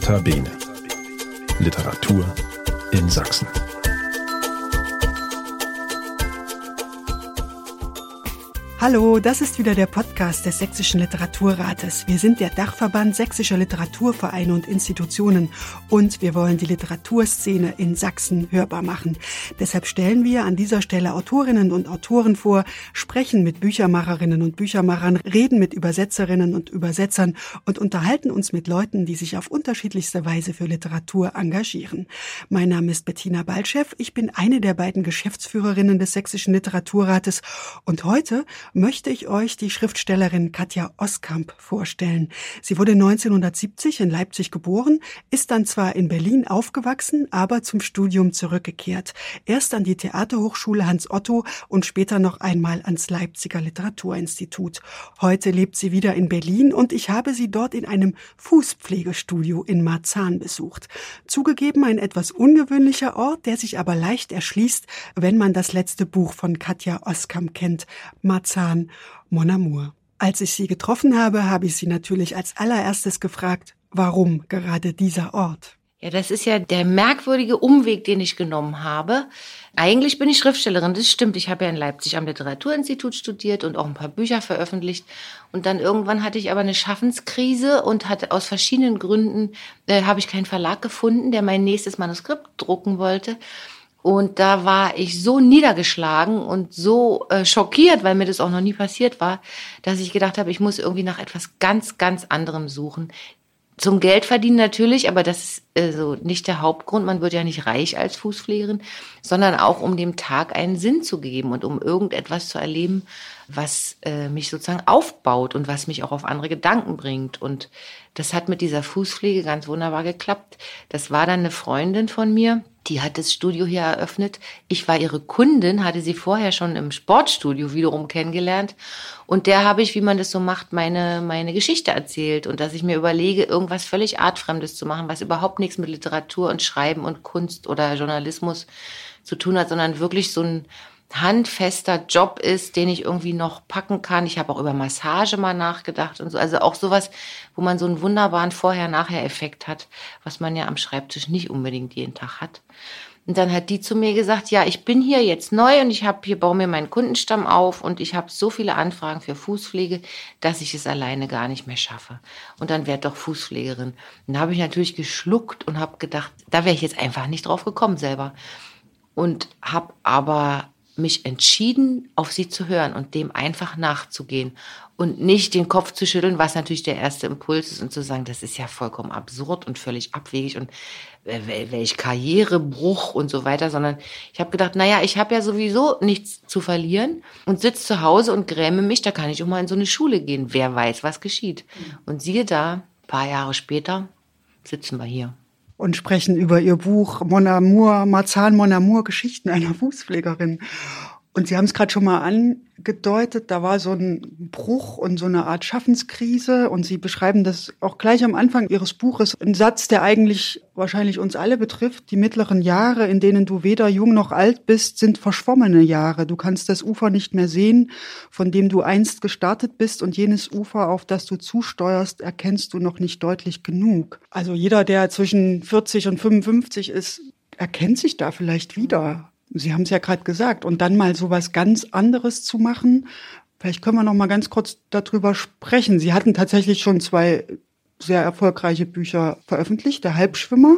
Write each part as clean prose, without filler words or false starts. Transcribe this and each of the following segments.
Nota Bene. Literatur in Sachsen. Hallo, das ist wieder der Podcast des Sächsischen Literaturrates. Wir sind der Dachverband sächsischer Literaturvereine und Institutionen und wir wollen die Literaturszene in Sachsen hörbar machen. Deshalb stellen wir an dieser Stelle Autorinnen und Autoren vor, sprechen mit Büchermacherinnen und Büchermachern, reden mit Übersetzerinnen und Übersetzern und unterhalten uns mit Leuten, die sich auf unterschiedlichste Weise für Literatur engagieren. Mein Name ist Bettina Baltschew, ich bin eine der beiden Geschäftsführerinnen des Sächsischen Literaturrates und heute möchte ich euch die Schriftstellerin Katja Oskamp vorstellen. Sie wurde 1970 in Leipzig geboren, ist dann zwar in Berlin aufgewachsen, aber zum Studium zurückgekehrt. Erst an die Theaterhochschule Hans Otto und später noch einmal ans Leipziger Literaturinstitut. Heute lebt sie wieder in Berlin und ich habe sie dort in einem Fußpflegestudio in Marzahn besucht. Zugegeben ein etwas ungewöhnlicher Ort, der sich aber leicht erschließt, wenn man das letzte Buch von Katja Oskamp kennt, Marzahn, Mon Amour. Als ich sie getroffen habe, habe ich sie natürlich als allererstes gefragt, warum gerade dieser Ort? Ja, das ist ja der merkwürdige Umweg, den ich genommen habe. Eigentlich bin ich Schriftstellerin, das stimmt. Ich habe ja in Leipzig am Literaturinstitut studiert und auch ein paar Bücher veröffentlicht. Und dann irgendwann hatte ich aber eine Schaffenskrise und hatte aus verschiedenen Gründen, habe ich keinen Verlag gefunden, der mein nächstes Manuskript drucken wollte. Und da war ich so niedergeschlagen und so schockiert, weil mir das auch noch nie passiert war, dass ich gedacht habe, ich muss irgendwie nach etwas ganz, ganz anderem suchen. Zum Geld verdienen natürlich, aber das ist so nicht der Hauptgrund. Man wird ja nicht reich als Fußpflegerin, sondern auch um dem Tag einen Sinn zu geben und um irgendetwas zu erleben, was mich sozusagen aufbaut und was mich auch auf andere Gedanken bringt. Und das hat mit dieser Fußpflege ganz wunderbar geklappt. Das war dann eine Freundin von mir, die hat das Studio hier eröffnet. Ich war ihre Kundin, hatte sie vorher schon im Sportstudio wiederum kennengelernt. Und der habe ich, wie man das so macht, meine Geschichte erzählt. Und dass ich mir überlege, irgendwas völlig Artfremdes zu machen, was überhaupt nichts mit Literatur und Schreiben und Kunst oder Journalismus zu tun hat, sondern wirklich so ein handfester Job ist, den ich irgendwie noch packen kann. Ich habe auch über Massage mal nachgedacht und so. Also auch sowas, wo man so einen wunderbaren Vorher-Nachher-Effekt hat, was man ja am Schreibtisch nicht unbedingt jeden Tag hat. Und dann hat die zu mir gesagt, ja, ich bin hier jetzt neu und baue mir meinen Kundenstamm auf und ich habe so viele Anfragen für Fußpflege, dass ich es alleine gar nicht mehr schaffe. Und dann werd doch Fußpflegerin. Und da habe ich natürlich geschluckt und habe gedacht, da wäre ich jetzt einfach nicht drauf gekommen selber. Und habe aber mich entschieden, auf sie zu hören und dem einfach nachzugehen und nicht den Kopf zu schütteln, was natürlich der erste Impuls ist und zu sagen, das ist ja vollkommen absurd und völlig abwegig und welch Karrierebruch und so weiter, sondern ich habe gedacht, naja, ich habe ja sowieso nichts zu verlieren und sitze zu Hause und gräme mich, da kann ich auch mal in so eine Schule gehen, wer weiß, was geschieht. Und siehe da, ein paar Jahre später sitzen wir hier. Und sprechen über ihr Buch Mon Amour, Marzahn, Mon Amour, Geschichten einer Fußpflegerin. Und Sie haben es gerade schon mal angedeutet, da war so ein Bruch und so eine Art Schaffenskrise. Und Sie beschreiben das auch gleich am Anfang Ihres Buches. Ein Satz, der eigentlich wahrscheinlich uns alle betrifft. Die mittleren Jahre, in denen du weder jung noch alt bist, sind verschwommene Jahre. Du kannst das Ufer nicht mehr sehen, von dem du einst gestartet bist. Und jenes Ufer, auf das du zusteuerst, erkennst du noch nicht deutlich genug. Also jeder, der zwischen 40 und 55 ist, erkennt sich da vielleicht wieder. Sie haben es ja gerade gesagt. Und dann mal so was ganz anderes zu machen. Vielleicht können wir noch mal ganz kurz darüber sprechen. Sie hatten tatsächlich schon 2 sehr erfolgreiche Bücher veröffentlicht. Der Halbschwimmer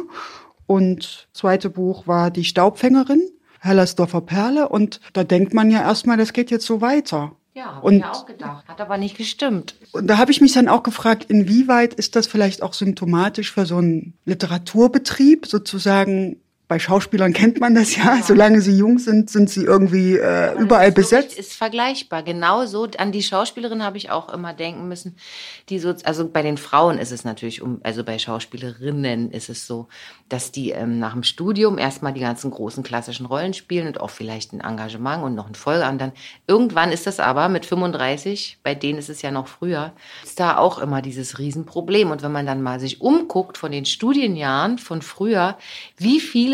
und das zweite Buch war Die Staubfängerin, Hellersdorfer Perle. Und da denkt man ja erstmal, das geht jetzt so weiter. Ja, habe ich ja auch gedacht. Hat aber nicht gestimmt. Und da habe ich mich dann auch gefragt, inwieweit ist das vielleicht auch symptomatisch für so einen Literaturbetrieb, sozusagen. Bei Schauspielern kennt man das ja. Solange sie jung sind, sind sie irgendwie überall besetzt. Ist vergleichbar. Genauso an die Schauspielerin habe ich auch immer denken müssen. Die so, also bei den Frauen ist es natürlich, also bei Schauspielerinnen ist es so, dass die nach dem Studium erstmal die ganzen großen klassischen Rollen spielen und auch vielleicht ein Engagement und noch ein Folge. Und dann irgendwann ist das aber mit 35, bei denen ist es ja noch früher, ist da auch immer dieses Riesenproblem. Und wenn man dann mal sich umguckt von den Studienjahren von früher, wie viele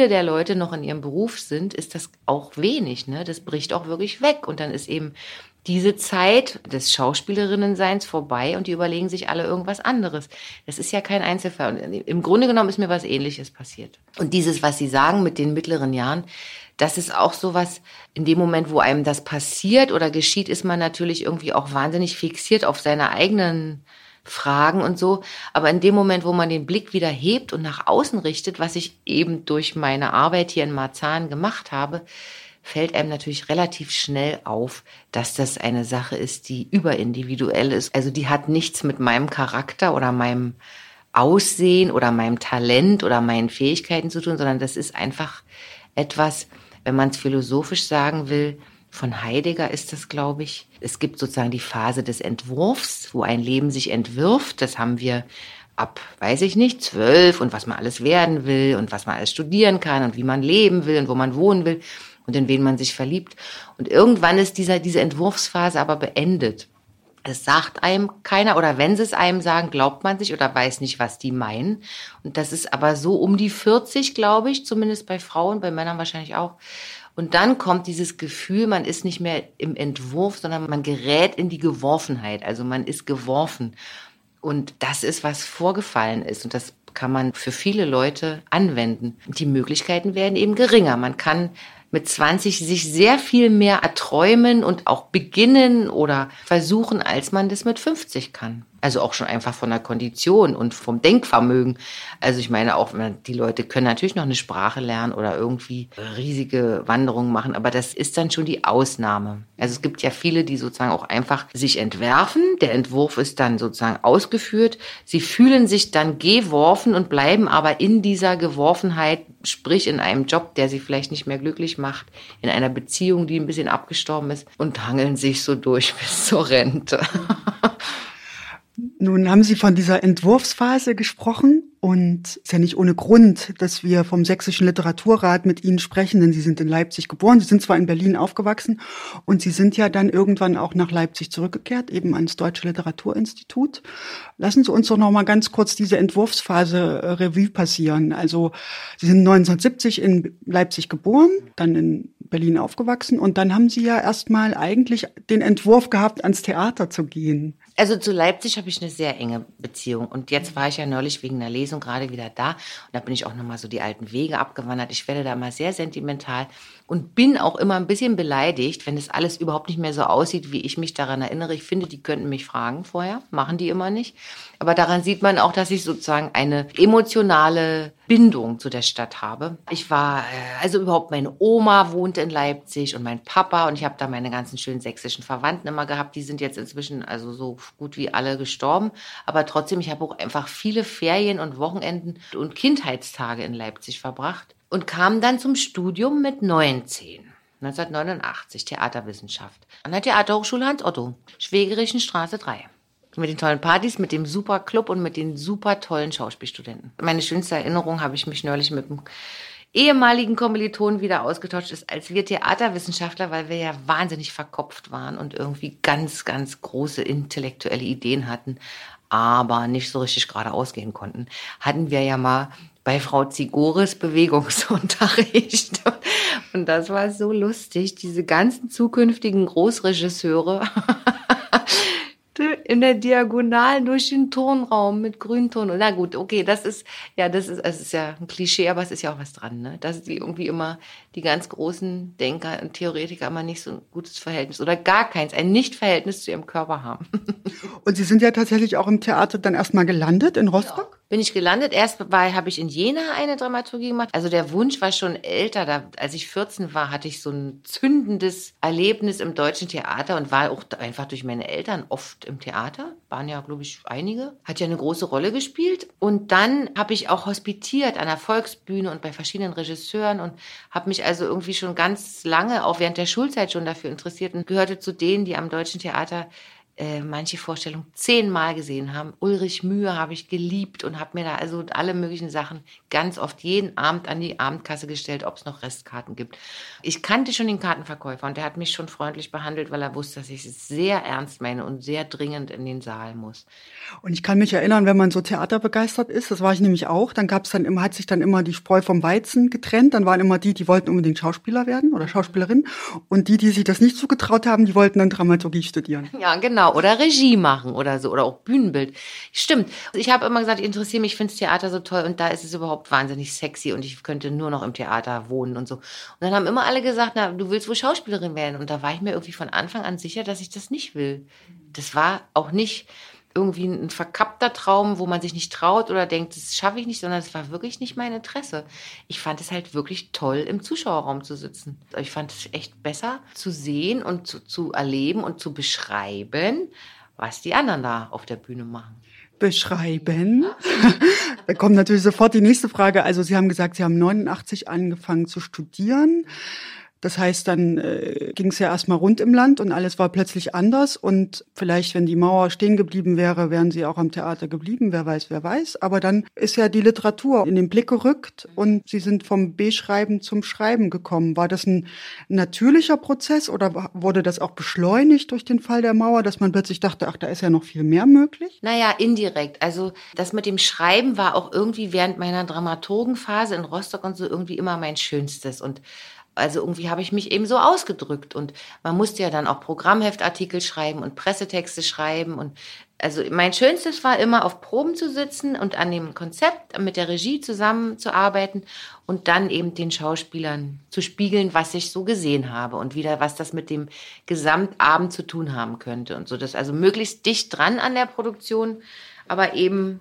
viele der Leute noch in ihrem Beruf sind, ist das auch wenig, ne? Das bricht auch wirklich weg. Und dann ist eben diese Zeit des Schauspielerinnenseins vorbei und die überlegen sich alle irgendwas anderes. Das ist ja kein Einzelfall. Und im Grunde genommen ist mir was Ähnliches passiert. Und dieses, was Sie sagen mit den mittleren Jahren, das ist auch sowas, in dem Moment, wo einem das passiert oder geschieht, ist man natürlich irgendwie auch wahnsinnig fixiert auf seine eigenen Fragen und so. Aber in dem Moment, wo man den Blick wieder hebt und nach außen richtet, was ich eben durch meine Arbeit hier in Marzahn gemacht habe, fällt einem natürlich relativ schnell auf, dass das eine Sache ist, die überindividuell ist. Also die hat nichts mit meinem Charakter oder meinem Aussehen oder meinem Talent oder meinen Fähigkeiten zu tun, sondern das ist einfach etwas, wenn man es philosophisch sagen will, von Heidegger ist das, glaube ich. Es gibt sozusagen die Phase des Entwurfs, wo ein Leben sich entwirft. Das haben wir ab, weiß ich nicht, 12 und was man alles werden will und was man alles studieren kann und wie man leben will und wo man wohnen will und in wen man sich verliebt. Und irgendwann ist diese Entwurfsphase aber beendet. Es sagt einem keiner oder wenn sie es einem sagen, glaubt man sich oder weiß nicht, was die meinen. Und das ist aber so um die 40, glaube ich, zumindest bei Frauen, bei Männern wahrscheinlich auch. Und dann kommt dieses Gefühl, man ist nicht mehr im Entwurf, sondern man gerät in die Geworfenheit. Also man ist geworfen. Und das ist, was vorgefallen ist. Und das kann man für viele Leute anwenden. Die Möglichkeiten werden eben geringer. Man kann mit 20 sich sehr viel mehr erträumen und auch beginnen oder versuchen, als man das mit 50 kann. Also auch schon einfach von der Kondition und vom Denkvermögen. Also ich meine auch, die Leute können natürlich noch eine Sprache lernen oder irgendwie riesige Wanderungen machen, aber das ist dann schon die Ausnahme. Also es gibt ja viele, die sozusagen auch einfach sich entwerfen. Der Entwurf ist dann sozusagen ausgeführt. Sie fühlen sich dann geworfen und bleiben aber in dieser Geworfenheit, sprich in einem Job, der sie vielleicht nicht mehr glücklich macht, in einer Beziehung, die ein bisschen abgestorben ist und hangeln sich so durch bis zur Rente. Nun haben Sie von dieser Entwurfsphase gesprochen und es ist ja nicht ohne Grund, dass wir vom Sächsischen Literaturrat mit Ihnen sprechen, denn Sie sind in Leipzig geboren, Sie sind zwar in Berlin aufgewachsen und Sie sind ja dann irgendwann auch nach Leipzig zurückgekehrt, eben ans Deutsche Literaturinstitut. Lassen Sie uns doch noch mal ganz kurz diese Entwurfsphase Revue passieren. Also Sie sind 1970 in Leipzig geboren, dann in Berlin aufgewachsen und dann haben Sie ja erstmal eigentlich den Entwurf gehabt, ans Theater zu gehen. Also zu Leipzig habe ich eine sehr enge Beziehung. Und jetzt war ich ja neulich wegen einer Lesung gerade wieder da. Und da bin ich auch nochmal so die alten Wege abgewandert. Ich werde da mal sehr sentimental und bin auch immer ein bisschen beleidigt, wenn das alles überhaupt nicht mehr so aussieht, wie ich mich daran erinnere. Ich finde, die könnten mich fragen vorher. Machen die immer nicht. Aber daran sieht man auch, dass ich sozusagen eine emotionale Bindung zu der Stadt habe. Ich war, also überhaupt meine Oma wohnte in Leipzig und mein Papa und ich habe da meine ganzen schönen sächsischen Verwandten immer gehabt. Die sind jetzt inzwischen also so gut wie alle gestorben. Aber trotzdem, ich habe auch einfach viele Ferien und Wochenenden und Kindheitstage in Leipzig verbracht und kam dann zum Studium mit 19. 1989, Theaterwissenschaft. An der Theaterhochschule Hans Otto, Schwegerichenstraße 3. Mit den tollen Partys, mit dem super Club und mit den super tollen Schauspielstudenten. Meine schönste Erinnerung habe ich mich neulich mit einem ehemaligen Kommilitonen wieder ausgetauscht, ist, als wir Theaterwissenschaftler, weil wir ja wahnsinnig verkopft waren und irgendwie ganz, ganz große intellektuelle Ideen hatten, aber nicht so richtig gerade ausgehen konnten, hatten wir ja mal bei Frau Zigores Bewegungsunterricht. Und das war so lustig, diese ganzen zukünftigen Großregisseure in der Diagonalen durch den Turnraum mit Grünton. Na gut, okay, es ist ja ein Klischee, aber es ist ja auch was dran, ne? Dass die irgendwie immer die ganz großen Denker und Theoretiker immer nicht so ein gutes Verhältnis oder gar keins, ein Nicht-Verhältnis zu ihrem Körper haben. Und Sie sind ja tatsächlich auch im Theater dann erstmal gelandet in Rostock? Ja, bin ich gelandet. Erst habe ich in Jena eine Dramaturgie gemacht. Also der Wunsch war schon älter. Als ich 14 war, hatte ich so ein zündendes Erlebnis im deutschen Theater und war auch einfach durch meine Eltern oft im Theater. Waren ja, glaube ich, einige. Hat ja eine große Rolle gespielt. Und dann habe ich auch hospitiert an der Volksbühne und bei verschiedenen Regisseuren und habe mich also irgendwie schon ganz lange, auch während der Schulzeit schon dafür interessiert und gehörte zu denen, die am Deutschen Theater manche Vorstellungen 10-mal gesehen haben. Ulrich Mühe habe ich geliebt und habe mir da also alle möglichen Sachen ganz oft jeden Abend an die Abendkasse gestellt, ob es noch Restkarten gibt. Ich kannte schon den Kartenverkäufer und der hat mich schon freundlich behandelt, weil er wusste, dass ich es sehr ernst meine und sehr dringend in den Saal muss. Und ich kann mich erinnern, wenn man so theaterbegeistert ist, das war ich nämlich auch, dann hat sich dann immer die Spreu vom Weizen getrennt. Dann waren immer die wollten unbedingt Schauspieler werden oder Schauspielerin. Und die sich das nicht zugetraut haben, die wollten dann Dramaturgie studieren. Ja, genau. Oder Regie machen oder so. Oder auch Bühnenbild. Stimmt. Ich habe immer gesagt, ich interessiere mich, ich finde das Theater so toll. Und da ist es überhaupt wahnsinnig sexy. Und ich könnte nur noch im Theater wohnen und so. Und dann haben immer alle gesagt, na, du willst wohl Schauspielerin werden. Und da war ich mir irgendwie von Anfang an sicher, dass ich das nicht will. Das war auch nicht irgendwie ein verkappter Traum, wo man sich nicht traut oder denkt, das schaffe ich nicht, sondern es war wirklich nicht mein Interesse. Ich fand es halt wirklich toll, im Zuschauerraum zu sitzen. Ich fand es echt besser zu sehen und zu erleben und zu beschreiben, was die anderen da auf der Bühne machen. Beschreiben. Da kommt natürlich sofort die nächste Frage. Also Sie haben gesagt, Sie haben 89 angefangen zu studieren. Das heißt, dann ging es ja erstmal rund im Land und alles war plötzlich anders. Und vielleicht, wenn die Mauer stehen geblieben wäre, wären Sie auch am Theater geblieben. Wer weiß, wer weiß. Aber dann ist ja die Literatur in den Blick gerückt und Sie sind vom Beschreiben zum Schreiben gekommen. War das ein natürlicher Prozess oder wurde das auch beschleunigt durch den Fall der Mauer, dass man plötzlich dachte, ach, da ist ja noch viel mehr möglich? Naja, indirekt. Also das mit dem Schreiben war auch irgendwie während meiner Dramaturgenphase in Rostock und so irgendwie immer mein Schönstes. Und also irgendwie habe ich mich eben so ausgedrückt und man musste ja dann auch Programmheftartikel schreiben und Pressetexte schreiben und also mein Schönstes war immer auf Proben zu sitzen und an dem Konzept mit der Regie zusammenzuarbeiten und dann eben den Schauspielern zu spiegeln, was ich so gesehen habe und wieder was das mit dem Gesamtabend zu tun haben könnte und so, das also möglichst dicht dran an der Produktion, aber eben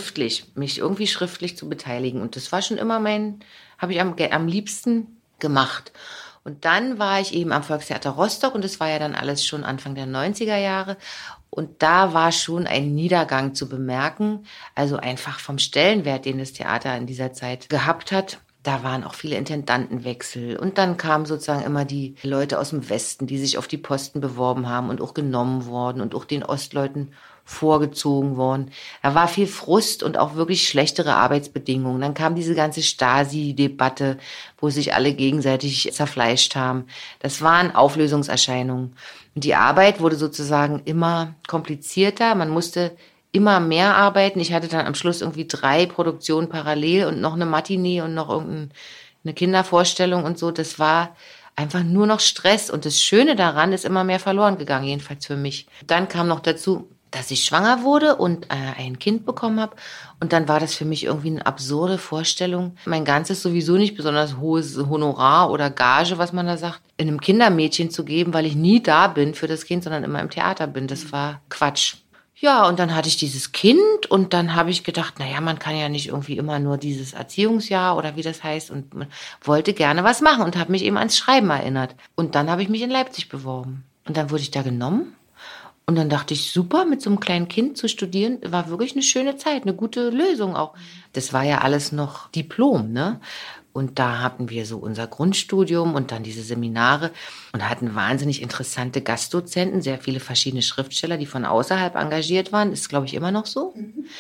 mich irgendwie schriftlich zu beteiligen und das war schon immer habe ich am liebsten gemacht. Und dann war ich eben am Volkstheater Rostock und das war ja dann alles schon Anfang der 90er Jahre und da war schon ein Niedergang zu bemerken, also einfach vom Stellenwert, den das Theater in dieser Zeit gehabt hat. Da waren auch viele Intendantenwechsel und dann kamen sozusagen immer die Leute aus dem Westen, die sich auf die Posten beworben haben und auch genommen worden und auch den Ostleuten vorgezogen worden. Da war viel Frust und auch wirklich schlechtere Arbeitsbedingungen. Dann kam diese ganze Stasi-Debatte, wo sich alle gegenseitig zerfleischt haben. Das waren Auflösungserscheinungen. Und die Arbeit wurde sozusagen immer komplizierter. Man musste immer mehr arbeiten. Ich hatte dann am Schluss irgendwie 3 Produktionen parallel und noch eine Matinee und noch irgendeine Kindervorstellung und so. Das war einfach nur noch Stress. Und das Schöne daran ist immer mehr verloren gegangen, jedenfalls für mich. Dann kam noch dazu, dass ich schwanger wurde und ein Kind bekommen habe. Und dann war das für mich irgendwie eine absurde Vorstellung, mein ganzes sowieso nicht besonders hohes Honorar oder Gage, was man da sagt, in einem Kindermädchen zu geben, weil ich nie da bin für das Kind, sondern immer im Theater bin. Das war Quatsch. Ja, und dann hatte ich dieses Kind und dann habe ich gedacht, naja, man kann ja nicht irgendwie immer nur dieses Erziehungsjahr oder wie das heißt und man wollte gerne was machen und habe mich eben ans Schreiben erinnert. Und dann habe ich mich in Leipzig beworben. Und dann wurde ich da genommen. Und dann dachte ich, super, mit so einem kleinen Kind zu studieren, war wirklich eine schöne Zeit, eine gute Lösung auch. Das war ja alles noch Diplom, ne? Und da hatten wir so unser Grundstudium und dann diese Seminare und hatten wahnsinnig interessante Gastdozenten, sehr viele verschiedene Schriftsteller, die von außerhalb engagiert waren. Ist, glaube ich, immer noch so.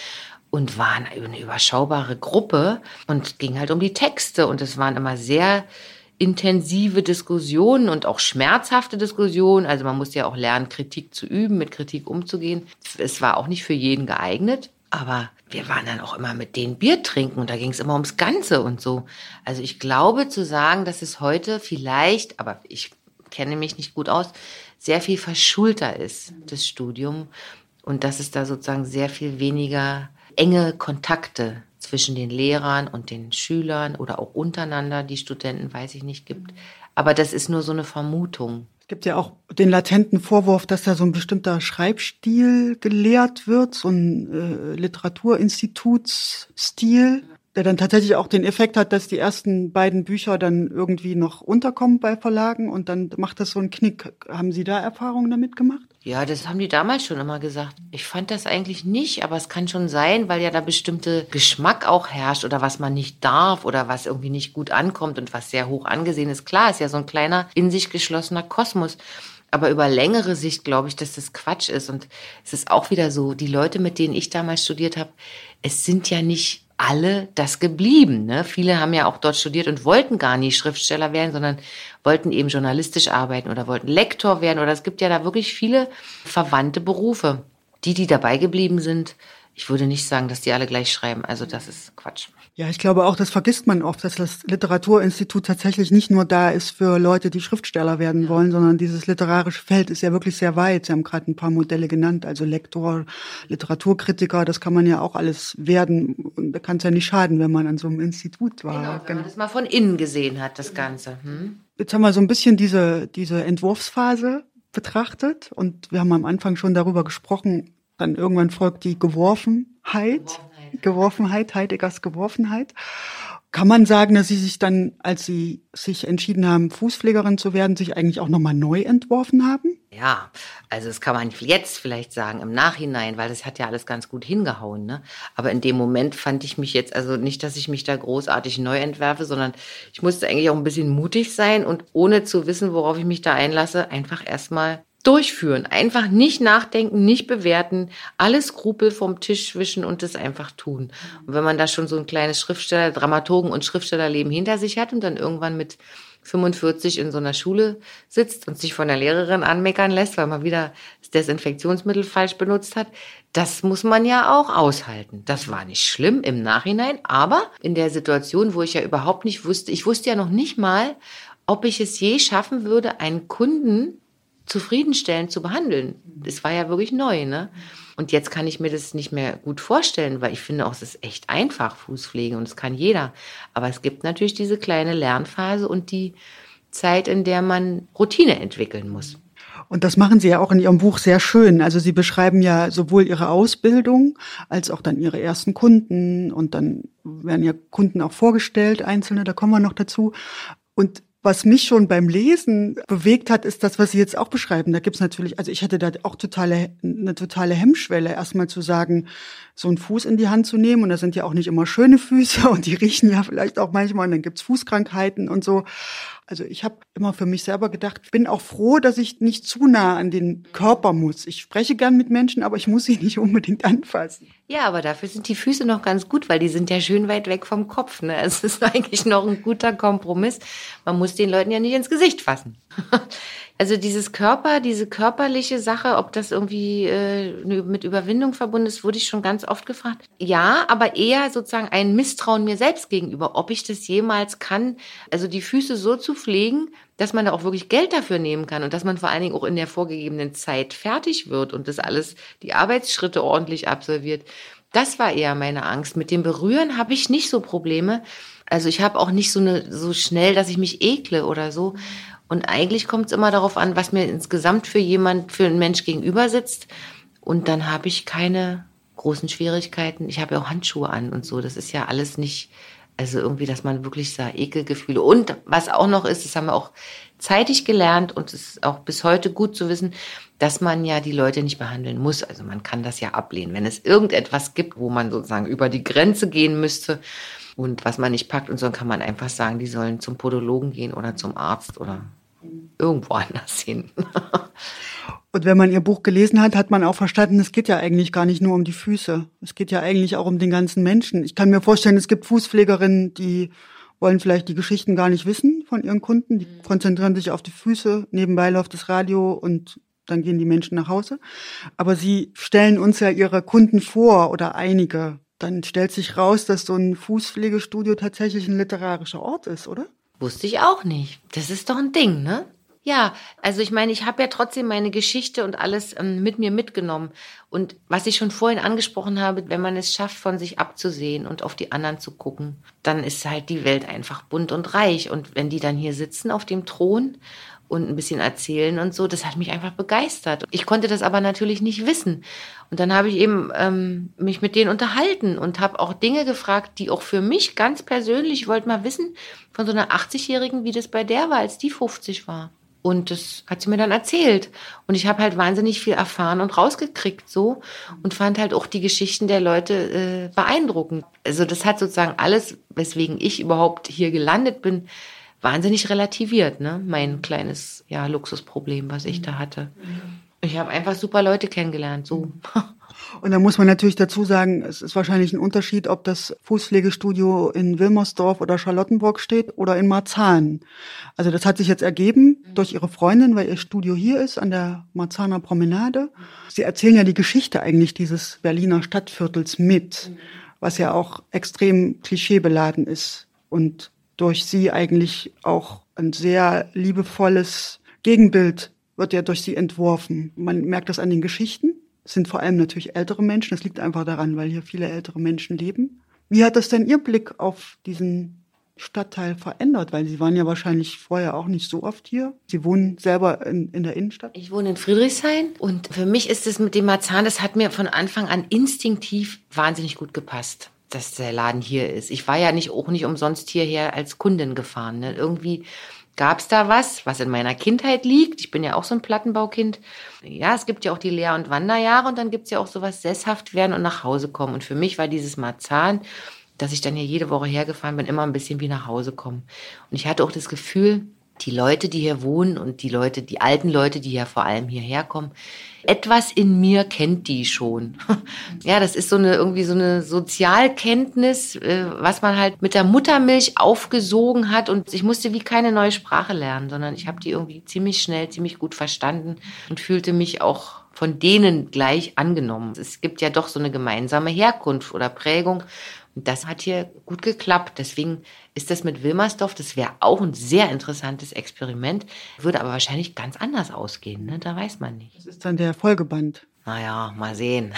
Und waren eine überschaubare Gruppe und ging halt um die Texte. Und es waren immer sehr intensive Diskussionen und auch schmerzhafte Diskussionen. Also man musste ja auch lernen, Kritik zu üben, mit Kritik umzugehen. Es war auch nicht für jeden geeignet, aber wir waren dann auch immer mit denen Bier trinken und da ging es immer ums Ganze und so. Also ich glaube zu sagen, dass es heute vielleicht, aber ich kenne mich nicht gut aus, sehr viel verschulter ist, das Studium. Und dass es da sozusagen sehr viel weniger enge Kontakte zwischen den Lehrern und den Schülern oder auch untereinander, die Studenten, weiß ich nicht, gibt. Aber das ist nur so eine Vermutung. Es gibt ja auch den latenten Vorwurf, dass da so ein bestimmter Schreibstil gelehrt wird, so ein Literaturinstitutsstil, der dann tatsächlich auch den Effekt hat, dass die ersten beiden Bücher dann irgendwie noch unterkommen bei Verlagen und dann macht das so einen Knick. Haben Sie da Erfahrungen damit gemacht? Ja, das haben die damals schon immer gesagt. Ich fand das eigentlich nicht, aber es kann schon sein, weil ja da bestimmte Geschmack auch herrscht oder was man nicht darf oder was irgendwie nicht gut ankommt und was sehr hoch angesehen ist. Klar, ist ja so ein kleiner, in sich geschlossener Kosmos. Aber über längere Sicht glaube ich, dass das Quatsch ist. Und es ist auch wieder so, die Leute, mit denen ich damals studiert habe, es sind ja nicht alle das geblieben. Ne? Viele haben ja auch dort studiert und wollten gar nicht Schriftsteller werden, sondern wollten eben journalistisch arbeiten oder wollten Lektor werden. Oder es gibt ja da wirklich viele verwandte Berufe. Die dabei geblieben sind, ich würde nicht sagen, dass die alle gleich schreiben. Also das ist Quatsch. Ja, ich glaube auch, das vergisst man oft, dass das Literaturinstitut tatsächlich nicht nur da ist für Leute, die Schriftsteller werden wollen, sondern dieses literarische Feld ist ja wirklich sehr weit. Sie haben gerade ein paar Modelle genannt, also Lektor, Literaturkritiker, das kann man ja auch alles werden. Und da kann es ja nicht schaden, wenn man an so einem Institut war. Genau, wenn man das mal von innen gesehen hat, das Ganze. Jetzt haben wir so ein bisschen diese Entwurfsphase betrachtet und wir haben am Anfang schon darüber gesprochen, dann irgendwann folgt die Geworfenheit, Heideggers Geworfenheit. Kann man sagen, dass Sie sich dann, als Sie sich entschieden haben, Fußpflegerin zu werden, sich eigentlich auch nochmal neu entworfen haben? Ja, also das kann man jetzt vielleicht sagen, im Nachhinein, weil das hat ja alles ganz gut hingehauen, ne? Aber in dem Moment fand ich mich jetzt, also nicht, dass ich mich da großartig neu entwerfe, sondern ich musste eigentlich auch ein bisschen mutig sein und ohne zu wissen, worauf ich mich da einlasse, einfach erstmal durchführen. Einfach nicht nachdenken, nicht bewerten, alle Skrupel vom Tisch wischen und das einfach tun. Und wenn man da schon so ein kleines Dramaturgen- und Schriftstellerleben hinter sich hat und dann irgendwann mit 45 in so einer Schule sitzt und sich von der Lehrerin anmeckern lässt, weil man wieder das Desinfektionsmittel falsch benutzt hat, das muss man ja auch aushalten. Das war nicht schlimm im Nachhinein, aber in der Situation, wo ich ja überhaupt nicht wusste, ich wusste ja noch nicht mal, ob ich es je schaffen würde, einen Kunden zufriedenstellend zu behandeln. Das war ja wirklich neu, ne? Und jetzt kann ich mir das nicht mehr gut vorstellen, weil ich finde auch, es ist echt einfach, Fußpflege, und das kann jeder. Aber es gibt natürlich diese kleine Lernphase und die Zeit, in der man Routine entwickeln muss. Und das machen Sie ja auch in Ihrem Buch sehr schön. Also Sie beschreiben ja sowohl Ihre Ausbildung als auch dann Ihre ersten Kunden und dann werden ja Kunden auch vorgestellt, einzelne, da kommen wir noch dazu. Und was mich schon beim Lesen bewegt hat, ist das, was Sie jetzt auch beschreiben. Da gibt's natürlich, also ich hatte da auch eine totale Hemmschwelle, erstmal zu sagen, so einen Fuß in die Hand zu nehmen. Und das sind ja auch nicht immer schöne Füße und die riechen ja vielleicht auch manchmal und dann gibt's Fußkrankheiten und so. Also ich habe immer für mich selber gedacht, bin auch froh, dass ich nicht zu nah an den Körper muss. Ich spreche gern mit Menschen, aber ich muss sie nicht unbedingt anfassen. Ja, aber dafür sind die Füße noch ganz gut, weil die sind ja schön weit weg vom Kopf. Ne? Es ist eigentlich noch ein guter Kompromiss. Man muss den Leuten ja nicht ins Gesicht fassen. Also diese körperliche Sache, ob das irgendwie mit Überwindung verbunden ist, wurde ich schon ganz oft gefragt. Ja, aber eher sozusagen ein Misstrauen mir selbst gegenüber, ob ich das jemals kann, also die Füße so zu pflegen, dass man da auch wirklich Geld dafür nehmen kann und dass man vor allen Dingen auch in der vorgegebenen Zeit fertig wird und das alles, die Arbeitsschritte ordentlich absolviert. Das war eher meine Angst. Mit dem Berühren habe ich nicht so Probleme. Also ich habe auch nicht so schnell, dass ich mich ekle oder so. Und eigentlich kommt es immer darauf an, was mir insgesamt für einen Mensch gegenüber sitzt. Und dann habe ich keine großen Schwierigkeiten. Ich habe ja auch Handschuhe an und so. Das ist ja alles nicht, also irgendwie, dass man wirklich sah, Ekelgefühle. Und was auch noch ist, das haben wir auch zeitig gelernt und es ist auch bis heute gut zu wissen, dass man ja die Leute nicht behandeln muss. Also man kann das ja ablehnen. Wenn es irgendetwas gibt, wo man sozusagen über die Grenze gehen müsste und was man nicht packt und so, dann kann man einfach sagen, die sollen zum Podologen gehen oder zum Arzt oder irgendwo anders hin. Und wenn man Ihr Buch gelesen hat, hat man auch verstanden, es geht ja eigentlich gar nicht nur um die Füße. Es geht ja eigentlich auch um den ganzen Menschen. Ich kann mir vorstellen, es gibt Fußpflegerinnen, die wollen vielleicht die Geschichten gar nicht wissen von ihren Kunden. Die konzentrieren sich auf die Füße, nebenbei läuft das Radio und dann gehen die Menschen nach Hause. Aber Sie stellen uns ja Ihre Kunden vor oder einige. Dann stellt sich raus, dass so ein Fußpflegestudio tatsächlich ein literarischer Ort ist, oder? Wusste ich auch nicht. Das ist doch ein Ding, ne? Ja, also ich meine, ich habe ja trotzdem meine Geschichte und alles mit mir mitgenommen. Und was ich schon vorhin angesprochen habe, wenn man es schafft, von sich abzusehen und auf die anderen zu gucken, dann ist halt die Welt einfach bunt und reich. Und wenn die dann hier sitzen auf dem Thron und ein bisschen erzählen und so, das hat mich einfach begeistert. Ich konnte das aber natürlich nicht wissen. Und dann habe ich eben mich mit denen unterhalten und habe auch Dinge gefragt, die auch für mich ganz persönlich, ich wollte mal wissen, von so einer 80-Jährigen, wie das bei der war, als die 50 war. Und das hat sie mir dann erzählt. Und ich habe halt wahnsinnig viel erfahren und rausgekriegt so und fand halt auch die Geschichten der Leute beeindruckend. Also das hat sozusagen alles, weswegen ich überhaupt hier gelandet bin, wahnsinnig relativiert, ne? Mein kleines, ja, Luxusproblem, was ich da hatte. Ich habe einfach super Leute kennengelernt, so. Und da muss man natürlich dazu sagen, es ist wahrscheinlich ein Unterschied, ob das Fußpflegestudio in Wilmersdorf oder Charlottenburg steht oder in Marzahn. Also das hat sich jetzt ergeben durch ihre Freundin, weil ihr Studio hier ist, an der Marzahner Promenade. Sie erzählen ja die Geschichte eigentlich dieses Berliner Stadtviertels mit, was ja auch extrem klischeebeladen ist und durch sie eigentlich auch ein sehr liebevolles Gegenbild wird ja durch sie entworfen. Man merkt das an den Geschichten. Es sind vor allem natürlich ältere Menschen. Das liegt einfach daran, weil hier viele ältere Menschen leben. Wie hat das denn Ihr Blick auf diesen Stadtteil verändert? Weil Sie waren ja wahrscheinlich vorher auch nicht so oft hier. Sie wohnen selber in der Innenstadt. Ich wohne in Friedrichshain und für mich ist es mit dem Marzahn, das hat mir von Anfang an instinktiv wahnsinnig gut gepasst, dass der Laden hier ist. Ich war ja auch nicht umsonst hierher als Kundin gefahren. Ne? Irgendwie gab es da was in meiner Kindheit liegt. Ich bin ja auch so ein Plattenbaukind. Ja, es gibt ja auch die Lehr- und Wanderjahre und dann gibt es ja auch sowas sesshaft werden und nach Hause kommen. Und für mich war dieses Marzahn, dass ich dann hier jede Woche hergefahren bin, immer ein bisschen wie nach Hause kommen. Und ich hatte auch das Gefühl, die Leute, die hier wohnen und die alten Leute, die ja vor allem hierher kommen, etwas in mir kennt die schon. Ja, das ist irgendwie so eine Sozialkenntnis, was man halt mit der Muttermilch aufgesogen hat und ich musste wie keine neue Sprache lernen, sondern ich habe die irgendwie ziemlich schnell, ziemlich gut verstanden und fühlte mich auch von denen gleich angenommen. Es gibt ja doch so eine gemeinsame Herkunft oder Prägung. Und das hat hier gut geklappt. Deswegen ist das mit Wilmersdorf, das wäre auch ein sehr interessantes Experiment, würde aber wahrscheinlich ganz anders ausgehen, ne? Da weiß man nicht. Das ist dann der Folgeband. Naja, mal sehen.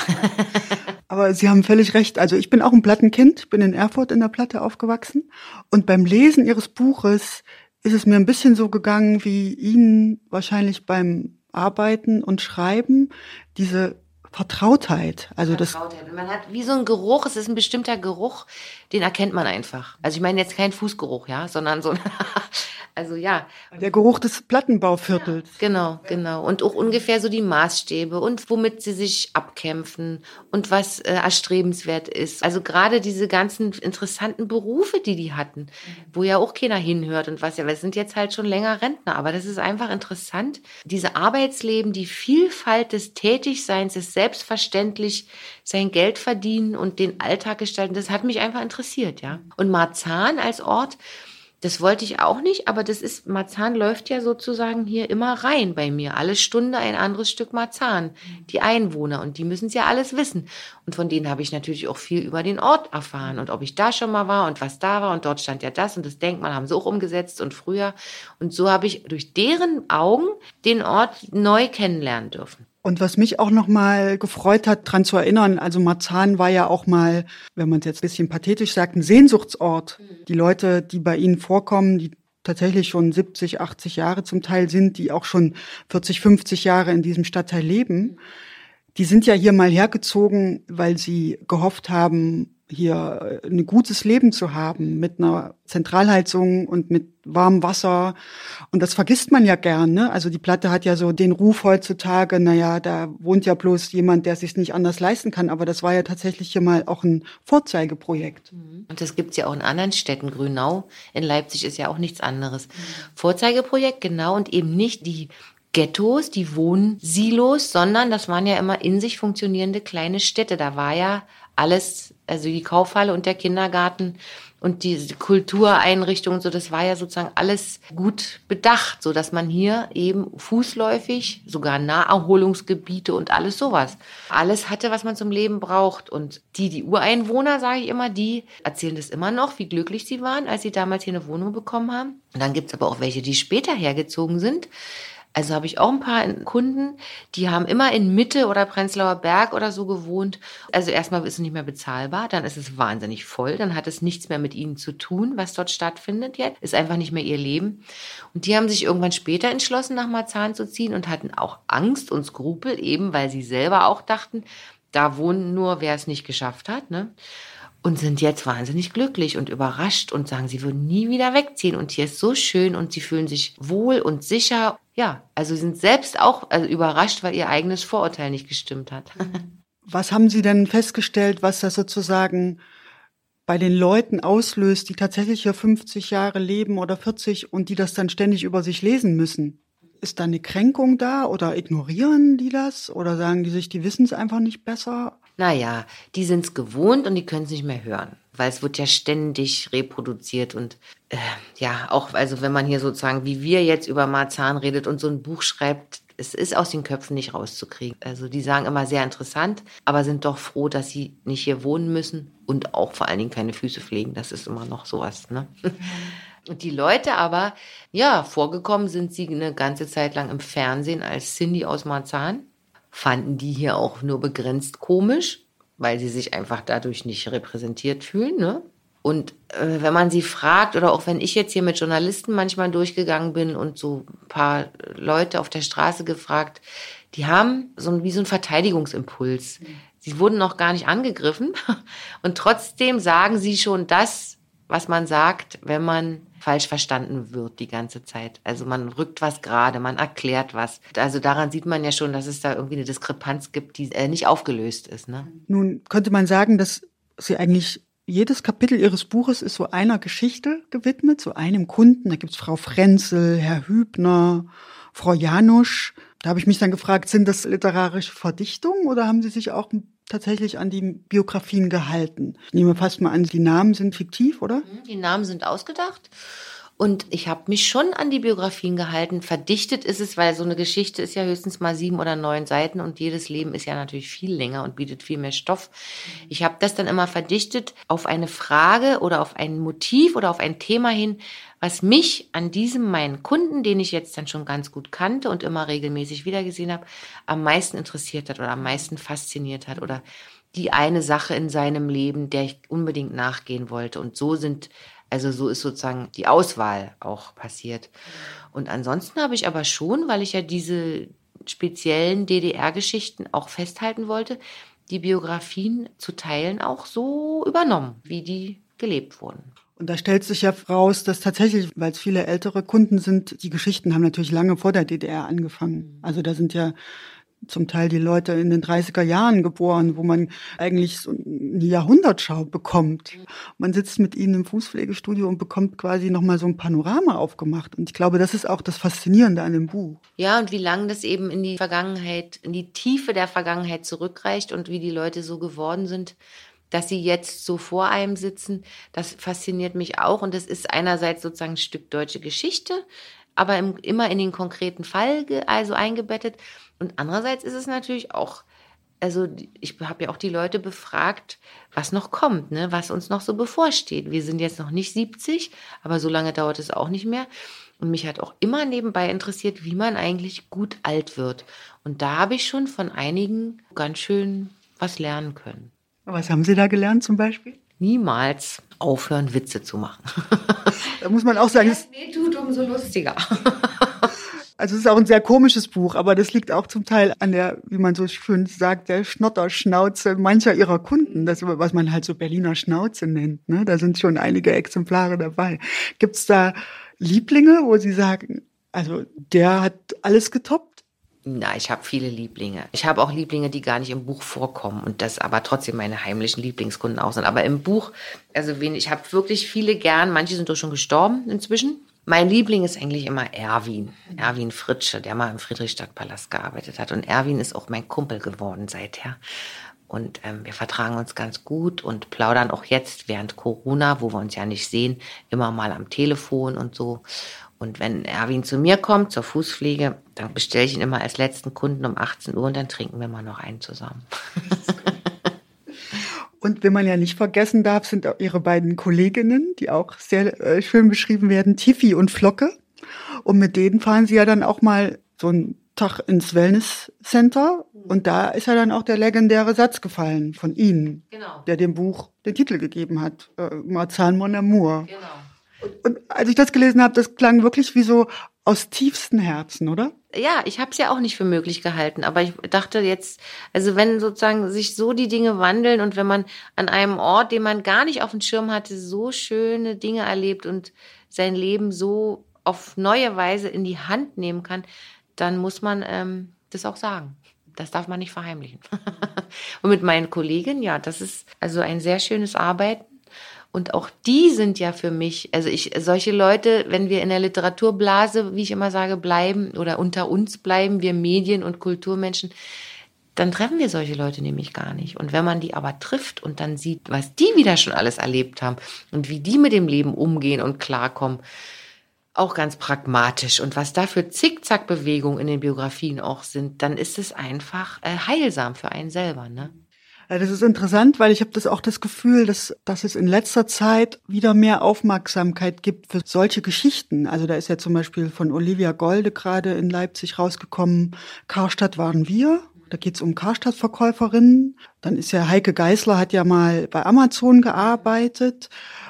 Aber Sie haben völlig recht. Also ich bin auch ein Plattenkind, bin in Erfurt in der Platte aufgewachsen. Und beim Lesen Ihres Buches ist es mir ein bisschen so gegangen, wie Ihnen wahrscheinlich beim Arbeiten und Schreiben, diese Vertrautheit. Also Vertrautheit. Man hat wie so ein Geruch, es ist ein bestimmter Geruch, den erkennt man einfach. Also ich meine jetzt kein Fußgeruch, ja, sondern so, also ja. Der Geruch des Plattenbauviertels. Ja, genau. Und auch ungefähr so die Maßstäbe und womit sie sich abkämpfen und was erstrebenswert ist. Also gerade diese ganzen interessanten Berufe, die hatten, wo ja auch keiner hinhört und was ja, wir sind jetzt halt schon länger Rentner, aber das ist einfach interessant. Diese Arbeitsleben, die Vielfalt des Tätigseins, des selbstverständlich sein Geld verdienen und den Alltag gestalten, das hat mich einfach interessiert, ja. Und Marzahn als Ort, das wollte ich auch nicht, aber Marzahn läuft ja sozusagen hier immer rein bei mir. Alle Stunde ein anderes Stück Marzahn. Die Einwohner, und die müssen es ja alles wissen. Und von denen habe ich natürlich auch viel über den Ort erfahren und ob ich da schon mal war und was da war und dort stand ja das und das Denkmal haben sie auch umgesetzt und früher. Und so habe ich durch deren Augen den Ort neu kennenlernen dürfen. Und was mich auch noch mal gefreut hat, dran zu erinnern, also Marzahn war ja auch mal, wenn man es jetzt ein bisschen pathetisch sagt, ein Sehnsuchtsort. Die Leute, die bei Ihnen vorkommen, die tatsächlich schon 70, 80 Jahre zum Teil sind, die auch schon 40, 50 Jahre in diesem Stadtteil leben, die sind ja hier mal hergezogen, weil sie gehofft haben, hier ein gutes Leben zu haben mit einer Zentralheizung und mit warmem Wasser. Und das vergisst man ja gern, ne? Also die Platte hat ja so den Ruf heutzutage, naja, da wohnt ja bloß jemand, der es sich nicht anders leisten kann. Aber das war ja tatsächlich hier mal auch ein Vorzeigeprojekt. Und das gibt's ja auch in anderen Städten. Grünau in Leipzig ist ja auch nichts anderes. Vorzeigeprojekt, genau, und eben nicht die Ghettos, die Wohnsilos, sondern das waren ja immer in sich funktionierende kleine Städte. Da war ja alles, also die Kaufhalle und der Kindergarten und diese Kultureinrichtungen, so, das war ja sozusagen alles gut bedacht, so dass man hier eben fußläufig, sogar Naherholungsgebiete und alles sowas, alles hatte, was man zum Leben braucht. Und die Ureinwohner, sage ich immer, die erzählen das immer noch, wie glücklich sie waren, als sie damals hier eine Wohnung bekommen haben. Und dann gibt's aber auch welche, die später hergezogen sind. Also habe ich auch ein paar Kunden, die haben immer in Mitte oder Prenzlauer Berg oder so gewohnt. Also erstmal ist es nicht mehr bezahlbar, dann ist es wahnsinnig voll, dann hat es nichts mehr mit ihnen zu tun, was dort stattfindet jetzt. Ist einfach nicht mehr ihr Leben. Und die haben sich irgendwann später entschlossen, nach Marzahn zu ziehen und hatten auch Angst und Skrupel, eben weil sie selber auch dachten, da wohnen nur, wer es nicht geschafft hat, ne? Und sind jetzt wahnsinnig glücklich und überrascht und sagen, sie würden nie wieder wegziehen. Und hier ist so schön und sie fühlen sich wohl und sicher. Ja, also sind selbst auch überrascht, weil ihr eigenes Vorurteil nicht gestimmt hat. Was haben Sie denn festgestellt, was das sozusagen bei den Leuten auslöst, die tatsächlich hier 50 Jahre leben oder 40 und die das dann ständig über sich lesen müssen? Ist da eine Kränkung da oder ignorieren die das oder sagen die sich, die wissen es einfach nicht besser? Naja, die sind es gewohnt und die können es nicht mehr hören, weil es wird ja ständig reproduziert und ja, auch also wenn man hier sozusagen wie wir jetzt über Marzahn redet und so ein Buch schreibt, es ist aus den Köpfen nicht rauszukriegen. Also die sagen immer sehr interessant, aber sind doch froh, dass sie nicht hier wohnen müssen und auch vor allen Dingen keine Füße pflegen. Das ist immer noch sowas, ne? Und die Leute aber, ja, vorgekommen sind sie eine ganze Zeit lang im Fernsehen als Cindy aus Marzahn. Fanden die hier auch nur begrenzt komisch, weil sie sich einfach dadurch nicht repräsentiert fühlen, ne? Und wenn man sie fragt oder auch wenn ich jetzt hier mit Journalisten manchmal durchgegangen bin und so ein paar Leute auf der Straße gefragt, die haben wie so einen Verteidigungsimpuls. Sie wurden noch gar nicht angegriffen und trotzdem sagen sie schon das, was man sagt, wenn man falsch verstanden wird die ganze Zeit. Also man rückt was gerade, man erklärt was. Also daran sieht man ja schon, dass es da irgendwie eine Diskrepanz gibt, die nicht aufgelöst ist, ne? Nun könnte man sagen, dass Sie eigentlich jedes Kapitel Ihres Buches ist so einer Geschichte gewidmet, so einem Kunden. Da gibt's Frau Frenzel, Herr Hübner, Frau Janusch. Da habe ich mich dann gefragt, sind das literarische Verdichtungen oder haben Sie sich auch tatsächlich an die Biografien gehalten? Ich nehme fast mal an, die Namen sind fiktiv, oder? Die Namen sind ausgedacht. Und ich habe mich schon an die Biografien gehalten. Verdichtet ist es, weil so eine Geschichte ist ja höchstens mal 7 oder 9 Seiten und jedes Leben ist ja natürlich viel länger und bietet viel mehr Stoff. Ich habe das dann immer verdichtet auf eine Frage oder auf ein Motiv oder auf ein Thema hin, was mich an diesem meinen Kunden, den ich jetzt dann schon ganz gut kannte und immer regelmäßig wiedergesehen habe, am meisten interessiert hat oder am meisten fasziniert hat oder die eine Sache in seinem Leben, der ich unbedingt nachgehen wollte. Und so ist sozusagen die Auswahl auch passiert. Und ansonsten habe ich aber schon, weil ich ja diese speziellen DDR-Geschichten auch festhalten wollte, die Biografien zu teilen auch so übernommen, wie die gelebt wurden. Und da stellt sich ja raus, dass tatsächlich, weil es viele ältere Kunden sind, die Geschichten haben natürlich lange vor der DDR angefangen. Also da sind ja zum Teil die Leute in den 30er Jahren geboren, wo man eigentlich so eine Jahrhundertschau bekommt. Man sitzt mit ihnen im Fußpflegestudio und bekommt quasi nochmal so ein Panorama aufgemacht. Und ich glaube, das ist auch das Faszinierende an dem Buch. Ja, und wie lange das eben in die Vergangenheit, in die Tiefe der Vergangenheit zurückreicht und wie die Leute so geworden sind, dass sie jetzt so vor einem sitzen, das fasziniert mich auch. Und das ist einerseits sozusagen ein Stück deutsche Geschichte, aber immer in den konkreten Fall also eingebettet. Und andererseits ist es natürlich auch, also ich habe ja auch die Leute befragt, was noch kommt, ne, was uns noch so bevorsteht. Wir sind jetzt noch nicht 70, aber so lange dauert es auch nicht mehr. Und mich hat auch immer nebenbei interessiert, wie man eigentlich gut alt wird. Und da habe ich schon von einigen ganz schön was lernen können. Was haben Sie da gelernt zum Beispiel? Niemals aufhören, Witze zu machen. Da muss man auch sagen, es tut, umso lustiger. Also es ist auch ein sehr komisches Buch, aber das liegt auch zum Teil an der, wie man so schön sagt, der Schnotterschnauze mancher ihrer Kunden, das, was man halt so Berliner Schnauze nennt, ne? Da sind schon einige Exemplare dabei. Gibt's da Lieblinge, wo Sie sagen, also der hat alles getoppt? Na, ich habe viele Lieblinge. Ich habe auch Lieblinge, die gar nicht im Buch vorkommen und das aber trotzdem meine heimlichen Lieblingskunden auch sind. Aber im Buch, also ich habe wirklich viele gern, manche sind doch schon gestorben inzwischen. Mein Liebling ist eigentlich immer Erwin Fritsche, der mal im Friedrichstadtpalast gearbeitet hat. Und Erwin ist auch mein Kumpel geworden seither. Und wir vertragen uns ganz gut und plaudern auch jetzt während Corona, wo wir uns ja nicht sehen, immer mal am Telefon und so. Und wenn Erwin zu mir kommt, zur Fußpflege, dann bestelle ich ihn immer als letzten Kunden um 18 Uhr und dann trinken wir mal noch einen zusammen. Und wenn man ja nicht vergessen darf, sind auch Ihre beiden Kolleginnen, die auch sehr schön beschrieben werden, Tiffy und Flocke. Und mit denen fahren Sie ja dann auch mal so einen Tag ins Wellness-Center. Und da ist ja dann auch der legendäre Satz gefallen von Ihnen, Genau. Der dem Buch den Titel gegeben hat, Marzahn Mon Amour. Genau. Und als ich das gelesen habe, das klang wirklich wie so aus tiefstem Herzen, oder? Ja, ich habe es ja auch nicht für möglich gehalten, aber ich dachte jetzt, also wenn sozusagen sich so die Dinge wandeln und wenn man an einem Ort, den man gar nicht auf dem Schirm hatte, so schöne Dinge erlebt und sein Leben so auf neue Weise in die Hand nehmen kann, dann muss man das auch sagen. Das darf man nicht verheimlichen. Und mit meinen Kolleginnen, ja, das ist also ein sehr schönes Arbeiten. Und auch die sind ja für mich, also solche Leute, wenn wir in der Literaturblase, wie ich immer sage, bleiben oder unter uns bleiben, wir Medien- und Kulturmenschen, dann treffen wir solche Leute nämlich gar nicht. Und wenn man die aber trifft und dann sieht, was die wieder schon alles erlebt haben und wie die mit dem Leben umgehen und klarkommen, auch ganz pragmatisch und was da für Zickzack-Bewegungen in den Biografien auch sind, dann ist es einfach heilsam für einen selber, ne? Ja, das ist interessant, weil ich habe auch das Gefühl, dass es in letzter Zeit wieder mehr Aufmerksamkeit gibt für solche Geschichten. Also da ist ja zum Beispiel von Olivia Golde gerade in Leipzig rausgekommen, Karstadt waren wir. Da geht's um Karstadt-Verkäuferinnen. Dann ist ja Heike Geisler, hat ja mal bei Amazon gearbeitet,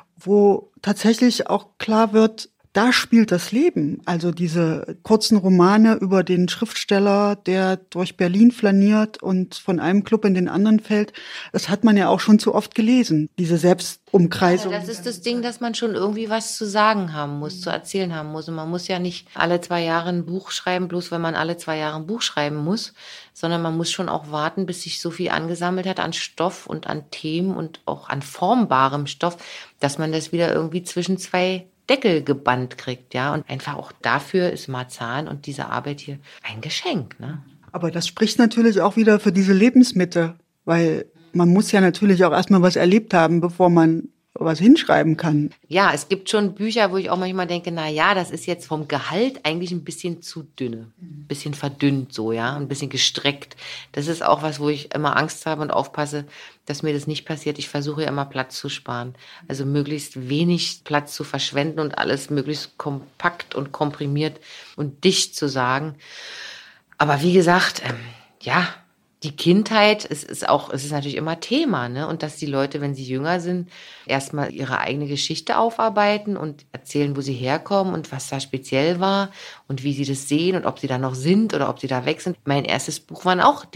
wo tatsächlich auch klar wird, da spielt das Leben. Also diese kurzen Romane über den Schriftsteller, der durch Berlin flaniert und von einem Club in den anderen fällt, das hat man ja auch schon zu oft gelesen, diese Selbstumkreisung. Ja, das ist das Ding, dass man schon irgendwie was zu sagen haben muss, zu erzählen haben muss. Und man muss ja nicht alle 2 Jahre ein Buch schreiben, bloß weil man alle 2 Jahre ein Buch schreiben muss, sondern man muss schon auch warten, bis sich so viel angesammelt hat an Stoff und an Themen und auch an formbarem Stoff, dass man das wieder irgendwie zwischen 2 Deckel gebannt kriegt, ja. Und einfach auch dafür ist Marzahn und diese Arbeit hier ein Geschenk, ne? Aber das spricht natürlich auch wieder für diese Lebensmitte, weil man muss ja natürlich auch erstmal was erlebt haben, bevor man was hinschreiben kann. Ja, es gibt schon Bücher, wo ich auch manchmal denke, na ja, das ist jetzt vom Gehalt eigentlich ein bisschen zu dünne. Ein bisschen verdünnt so, ja, ein bisschen gestreckt. Das ist auch was, wo ich immer Angst habe und aufpasse, dass mir das nicht passiert. Ich versuche ja immer Platz zu sparen. Also möglichst wenig Platz zu verschwenden und alles möglichst kompakt und komprimiert und dicht zu sagen. Aber wie gesagt, ja, die Kindheit, es ist natürlich immer Thema, ne? Und dass die Leute, wenn sie jünger sind, erstmal ihre eigene Geschichte aufarbeiten und erzählen, wo sie herkommen und was da speziell war und wie sie das sehen und ob sie da noch sind oder ob sie da weg sind. Mein erstes Buch waren auch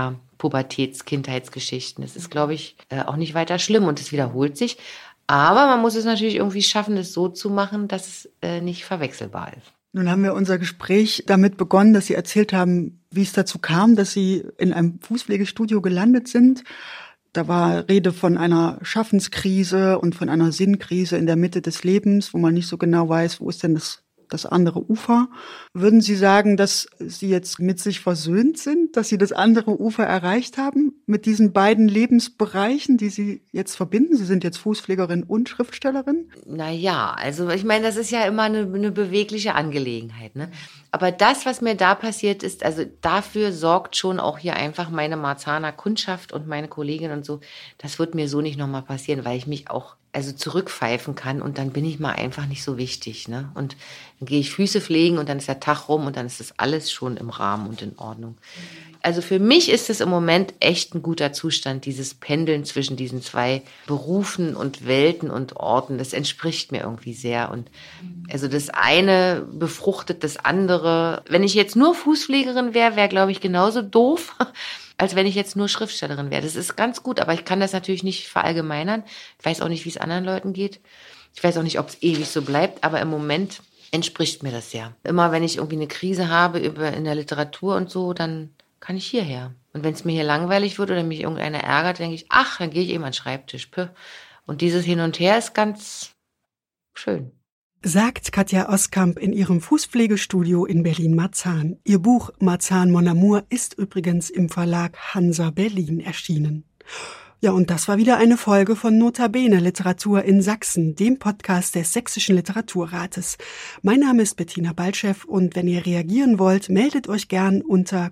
DDR-Pubertäts-Kindheitsgeschichten. Das ist, glaube ich, auch nicht weiter schlimm und es wiederholt sich. Aber man muss es natürlich irgendwie schaffen, das so zu machen, dass es nicht verwechselbar ist. Nun haben wir unser Gespräch damit begonnen, dass Sie erzählt haben, wie es dazu kam, dass Sie in einem Fußpflegestudio gelandet sind. Da war Rede von einer Schaffenskrise und von einer Sinnkrise in der Mitte des Lebens, wo man nicht so genau weiß, wo ist denn das andere Ufer. Würden Sie sagen, dass Sie jetzt mit sich versöhnt sind, dass Sie das andere Ufer erreicht haben mit diesen beiden Lebensbereichen, die Sie jetzt verbinden? Sie sind jetzt Fußpflegerin und Schriftstellerin. Naja, also ich meine, das ist ja immer eine bewegliche Angelegenheit, ne? Aber das, was mir da passiert ist, also dafür sorgt schon auch hier einfach meine Marzahner Kundschaft und meine Kollegin und so, das wird mir so nicht nochmal passieren, weil ich mich auch zurückpfeifen kann und dann bin ich mal einfach nicht so wichtig, ne? Und dann gehe ich Füße pflegen und dann ist der Tag rum und dann ist das alles schon im Rahmen und in Ordnung. Also für mich ist es im Moment echt ein guter Zustand, dieses Pendeln zwischen diesen 2 Berufen und Welten und Orten. Das entspricht mir irgendwie sehr. Und also das eine befruchtet das andere. Wenn ich jetzt nur Fußpflegerin wäre, glaube ich, genauso doof, als wenn ich jetzt nur Schriftstellerin wäre. Das ist ganz gut, aber ich kann das natürlich nicht verallgemeinern. Ich weiß auch nicht, wie es anderen Leuten geht. Ich weiß auch nicht, ob es ewig so bleibt, aber im Moment entspricht mir das ja. Immer wenn ich irgendwie eine Krise habe in der Literatur und so, dann kann ich hierher. Und wenn es mir hier langweilig wird oder mich irgendeiner ärgert, denke ich, ach, dann gehe ich eben an den Schreibtisch. Und dieses Hin und Her ist ganz schön. Sagt Katja Oskamp in ihrem Fußpflegestudio in Berlin-Marzahn. Ihr Buch Marzahn Mon Amour ist übrigens im Verlag Hansa Berlin erschienen. Ja, und das war wieder eine Folge von Notabene Literatur in Sachsen, dem Podcast des Sächsischen Literaturrates. Mein Name ist Bettina Baltschew und wenn ihr reagieren wollt, meldet euch gern unter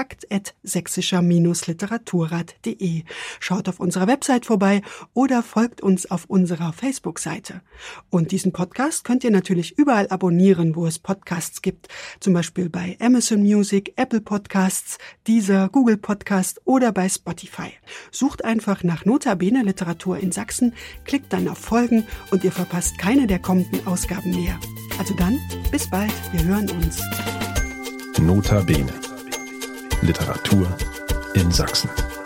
kontakt@sächsischer-literaturrat.de. Schaut auf unserer Website vorbei oder folgt uns auf unserer Facebook-Seite. Und diesen Podcast könnt ihr natürlich überall abonnieren, wo es Podcasts gibt. Zum Beispiel bei Amazon Music, Apple Podcasts, Deezer, Google Podcast oder bei Spotify. Sucht einfach nach Notabene Literatur in Sachsen, klickt dann auf Folgen und ihr verpasst keine der kommenden Ausgaben mehr. Also dann, bis bald, wir hören uns. Notabene. Literatur in Sachsen.